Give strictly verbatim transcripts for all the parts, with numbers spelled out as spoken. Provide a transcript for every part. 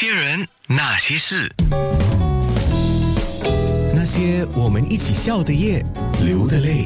些人，那些事， 那些我们一起笑的夜，流的泪。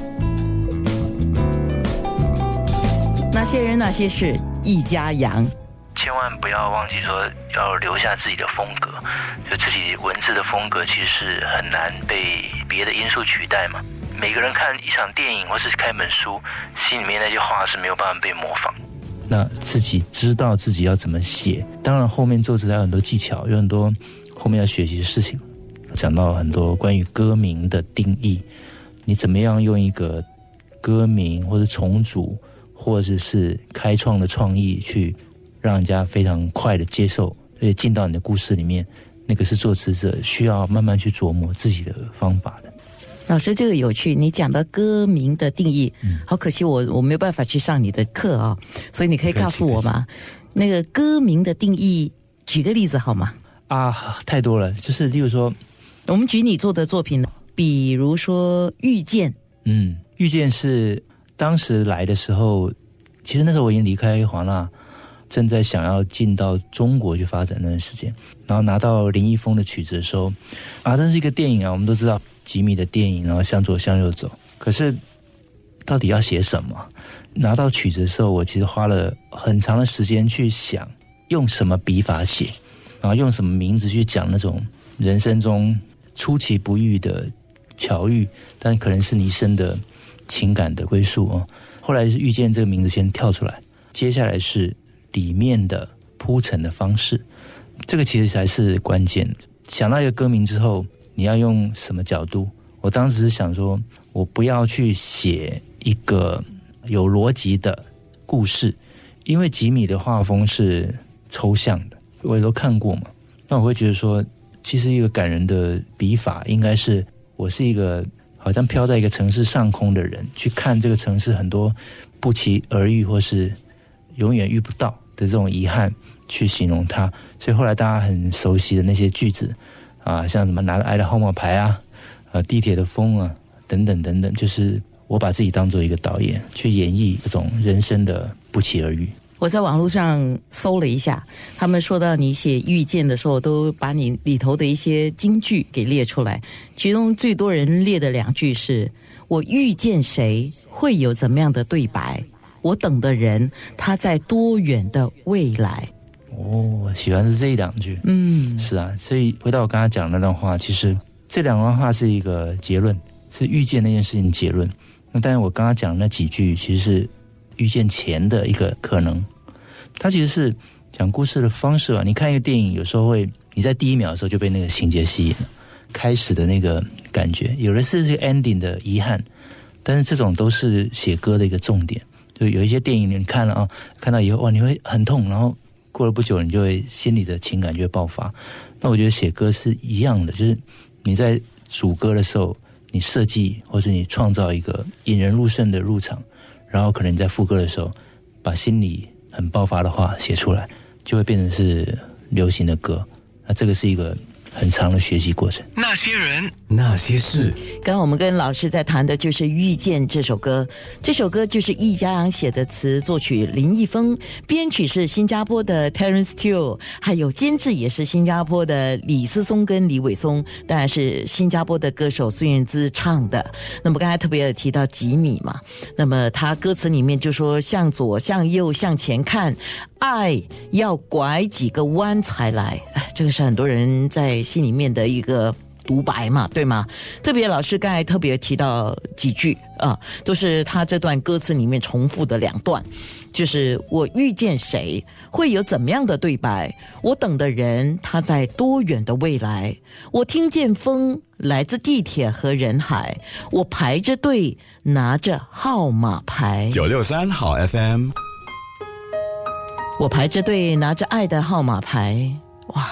那些人，那些事，易家扬。 千万不要忘记说要留下自己的风格，就自己文字的风格其实是很难被别的因素取代嘛。每个人看一场电影或是看一本书，心里面那些话是没有办法被模仿。 那自己知道自己要怎么写，当然后面作词还有很多技巧，有很多后面要学习的事情。讲到很多关于歌名的定义，你怎么样用一个歌名或者重组或者是开创的创意去让人家非常快的接受，而且进到你的故事里面，那个是作词者需要慢慢去琢磨自己的方法的。 老师，这个有趣，你讲到歌名的定义，嗯、好可惜我我没有办法去上你的课啊、哦，所以你可以告诉我吗？那个歌名的定义，举个例子好吗？ 啊，太多了，就是例如说， 我们举你做的作品，比如说《遇见》。 嗯，《遇见》是当时来的时候，其实那时候我已经离开华纳，正在想要进到中国去发展那段时间，然后拿到林一峰的曲子的时候，啊，这是一个电影啊，我们都知道吉米的电影，然后向左向右走，可是到底要写什么？拿到曲子的时候，我其实花了很长的时间去想用什么笔法写，然后用什么名字去讲那种人生中出其不意的巧遇，但可能是你一生的情感的归宿哦。后来是遇见这个名字先跳出来，接下来是里面的铺陈的方式，这个其实才是关键。想到一个歌名之后，你要用什么角度？我当时是想说，我不要去写一个有逻辑的故事，因为吉米的画风是抽象的，我也都看过嘛。那我会觉得说，其实一个感人的笔法，应该是我是一个好像飘在一个城市上空的人，去看这个城市很多不期而遇或是永远遇不到的这种遗憾，去形容它。所以后来大家很熟悉的那些句子啊，像什么拿着爱的号码牌啊，呃，地铁的风啊，等等等等，就是我把自己当做一个导演，去演绎这种人生的不期而遇。 我在网络上搜了一下，他们说到你写遇见的时候，都把你里头的一些金句给列出来，其中最多人列的两句是：我遇见谁会有怎么样的对白，我等的人他在多远的未来。 哦，喜欢是这一两句。 嗯， 是啊，所以回到我刚才讲的那段话，其实这两段话是一个结论，是遇见那件事情结论。那但是我刚刚讲的那几句其实是遇见前的一个可能，它其实是讲故事的方式啊。你看一个电影，有时候会你在第一秒的时候就被那个情节吸引了，开始的那个感觉，有的是这个 ending 的遗憾，但是这种都是写歌的一个重点。就有一些电影你看了啊，看到以后哇，你会很痛，然后过了不久，你就会心里的情感就会爆发。那我觉得写歌是一样的，就是你在主歌的时候，你设计或者你创造一个引人入胜的入场，然后可能你在副歌的时候，把心里很爆发的话写出来，就会变成是流行的歌。那这个是一个很长的学习过程。 那些人， 那些事。 刚刚我们跟老师在谈的就是《遇见》这首歌，这首歌就是易家扬写的词，作曲林一峰，编曲是新加坡的 Terence Teo， 还有监制也是新加坡的李思松跟李伟松，当然是新加坡的歌手孙燕姿唱的。那么刚才特别有提到吉米嘛，那么他歌词里面就说向左向右向前看，爱要拐几个弯才来，哎，这个是很多人在心里面的一个独白嘛，对吗？特别老师刚才特别提到几句啊，都是他这段歌词里面重复的两段，就是我遇见谁会有怎么样的对白，我等的人他在多远的未来，我听见风来自地铁和人海，我排着队拿着号码牌。 九六三好 F M， 我排着队拿着爱的号码牌。哇，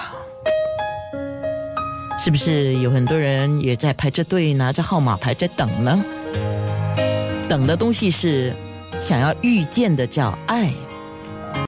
是不是有很多人也在排着队拿着号码牌在等呢？等的东西是想要遇见的叫爱。